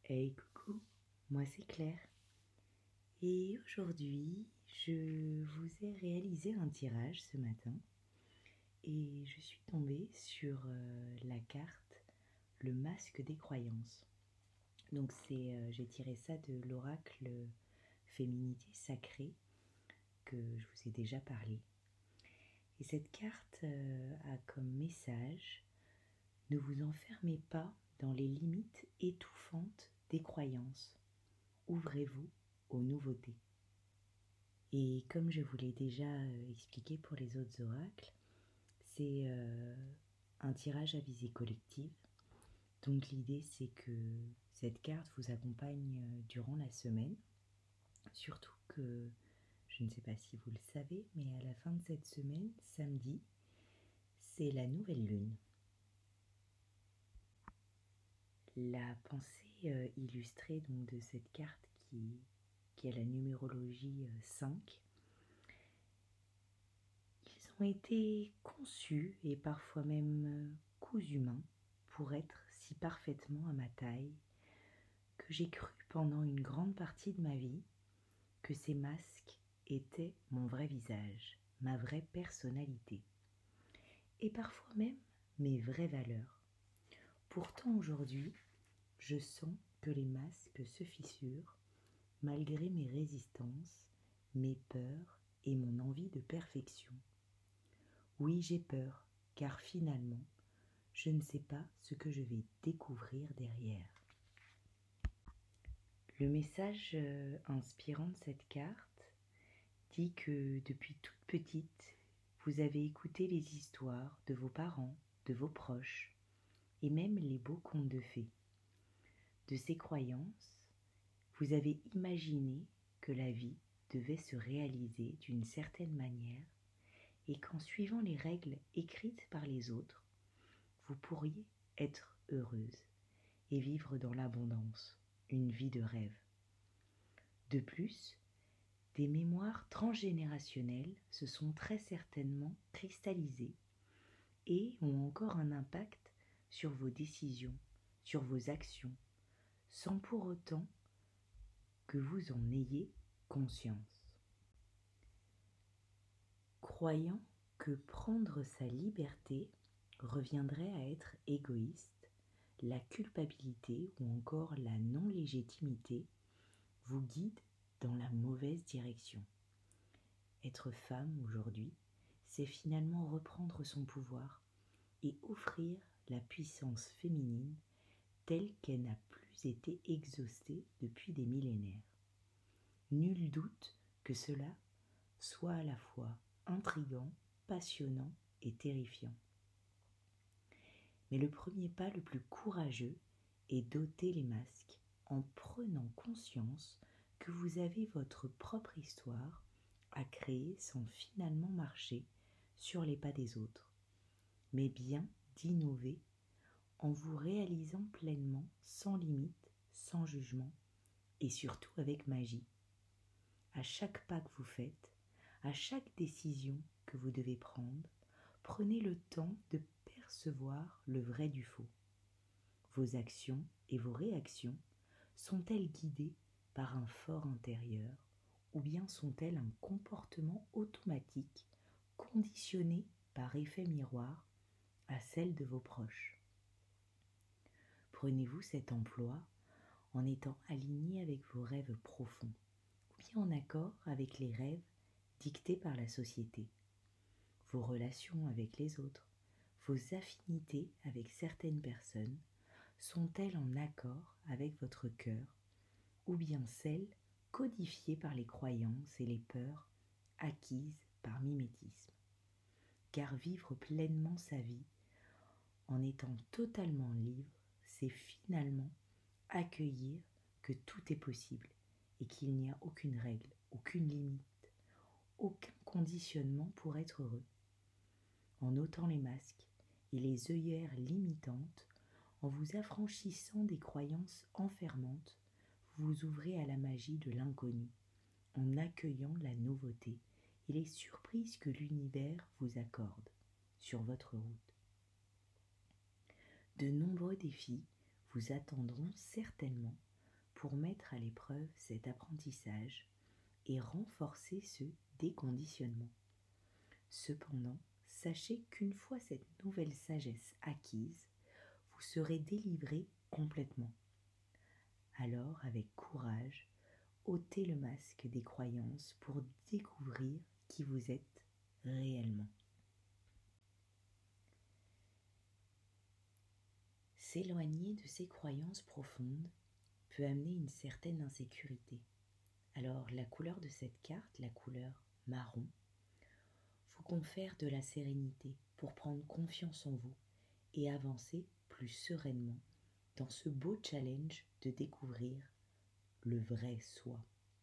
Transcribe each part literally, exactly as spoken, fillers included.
Hey coucou, moi c'est Claire et aujourd'hui je vous ai réalisé un tirage ce matin et je suis tombée sur euh, la carte le masque des croyances. Donc c'est euh, j'ai tiré ça de l'oracle Féminité sacrée que je vous ai déjà parlé. Et cette carte euh, a comme message: ne vous enfermez pas dans les limites étouffantes des croyances. Ouvrez-vous aux nouveautés. Et comme je vous l'ai déjà euh, expliqué pour les autres oracles, c'est euh, un tirage à visée collective. Donc l'idée c'est que cette carte vous accompagne euh, durant la semaine. Surtout que, je ne sais pas si vous le savez, mais à la fin de cette semaine, samedi, c'est la nouvelle lune. La pensée euh, illustrée donc de cette carte qui, qui a la numérologie euh, cinq, ils ont été conçus et parfois même euh, cousus main pour être si parfaitement à ma taille que j'ai cru pendant une grande partie de ma vie que ces masques étaient mon vrai visage, ma vraie personnalité et parfois même mes vraies valeurs. Pourtant aujourd'hui, je sens que les masques se fissurent malgré mes résistances, mes peurs et mon envie de perfection. Oui, j'ai peur, car finalement, je ne sais pas ce que je vais découvrir derrière. Le message euh, inspirant de cette carte dit que depuis toute petite, vous avez écouté les histoires de vos parents, de vos proches, et même les beaux contes de fées. De ces croyances, vous avez imaginé que la vie devait se réaliser d'une certaine manière et qu'en suivant les règles écrites par les autres, vous pourriez être heureuse et vivre dans l'abondance, une vie de rêve. De plus, des mémoires transgénérationnelles se sont très certainement cristallisées et ont encore un impact sur vos décisions, sur vos actions, sans pour autant que vous en ayez conscience. Croyant que prendre sa liberté reviendrait à être égoïste, la culpabilité ou encore la non-légitimité vous guide dans la mauvaise direction. Être femme aujourd'hui, c'est finalement reprendre son pouvoir et offrir la puissance féminine telle qu'elle n'a plus été exhaustée depuis des millénaires. Nul doute que cela soit à la fois intrigant, passionnant et terrifiant. Mais le premier pas le plus courageux est d'ôter les masques en prenant conscience que vous avez votre propre histoire à créer sans finalement marcher sur les pas des autres, mais bien d'innover en vous réalisant pleinement, sans limite, sans jugement et surtout avec magie. À chaque pas que vous faites, à chaque décision que vous devez prendre, prenez le temps de percevoir le vrai du faux. Vos actions et vos réactions sont-elles guidées par un fort intérieur ou bien sont-elles un comportement automatique conditionné par effet miroir à celle de vos proches? Prenez-vous cet emploi en étant aligné avec vos rêves profonds ou bien en accord avec les rêves dictés par la société? Vos relations avec les autres, vos affinités avec certaines personnes sont-elles en accord avec votre cœur ou bien celles codifiées par les croyances et les peurs acquises par mimétisme? Car vivre pleinement sa vie en étant totalement libre, c'est finalement accueillir que tout est possible et qu'il n'y a aucune règle, aucune limite, aucun conditionnement pour être heureux. En ôtant les masques et les œillères limitantes, en vous affranchissant des croyances enfermantes, vous vous ouvrez à la magie de l'inconnu, en accueillant la nouveauté et les surprises que l'univers vous accorde sur votre route. De nombreux défis vous attendront certainement pour mettre à l'épreuve cet apprentissage et renforcer ce déconditionnement. Cependant, sachez qu'une fois cette nouvelle sagesse acquise, vous serez délivré complètement. Alors, avec courage, ôtez le masque des croyances pour découvrir qui vous êtes réellement. S'éloigner de ces croyances profondes peut amener une certaine insécurité. Alors, la couleur de cette carte, la couleur marron, vous confère de la sérénité pour prendre confiance en vous et avancer plus sereinement dans ce beau challenge de découvrir le vrai soi.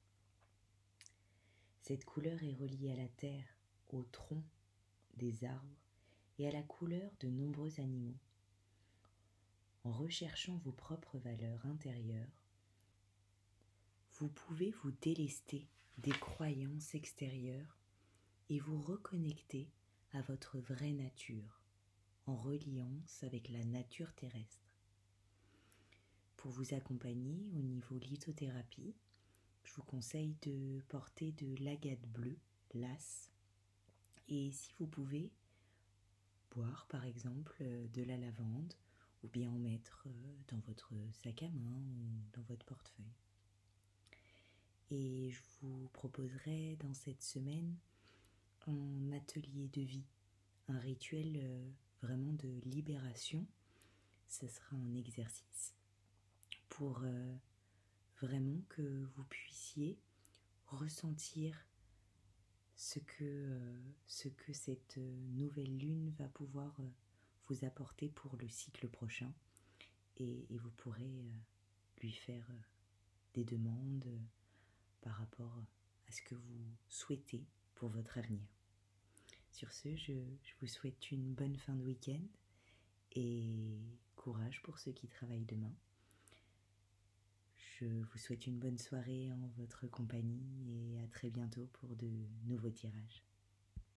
Cette couleur est reliée à la terre, au tronc des arbres et à la couleur de nombreux animaux. En recherchant vos propres valeurs intérieures, vous pouvez vous délester des croyances extérieures et vous reconnecter à votre vraie nature, en reliance avec la nature terrestre. Pour vous accompagner au niveau lithothérapie, je vous conseille de porter de l'agate bleue, l'as, et si vous pouvez, boire par exemple de la lavande ou bien en mettre dans votre sac à main ou dans votre portefeuille. Et je vous proposerai dans cette semaine un atelier de vie, un rituel vraiment de libération. Ce sera un exercice pour euh, vraiment que vous puissiez ressentir ce que, euh, ce que cette nouvelle lune va pouvoir euh, vous apporter pour le cycle prochain et, et vous pourrez euh, lui faire euh, des demandes euh, par rapport à ce que vous souhaitez pour votre avenir. Sur ce, je, je vous souhaite une bonne fin de week-end et courage pour ceux qui travaillent demain. Je vous souhaite une bonne soirée en votre compagnie et à très bientôt pour de nouveaux tirages.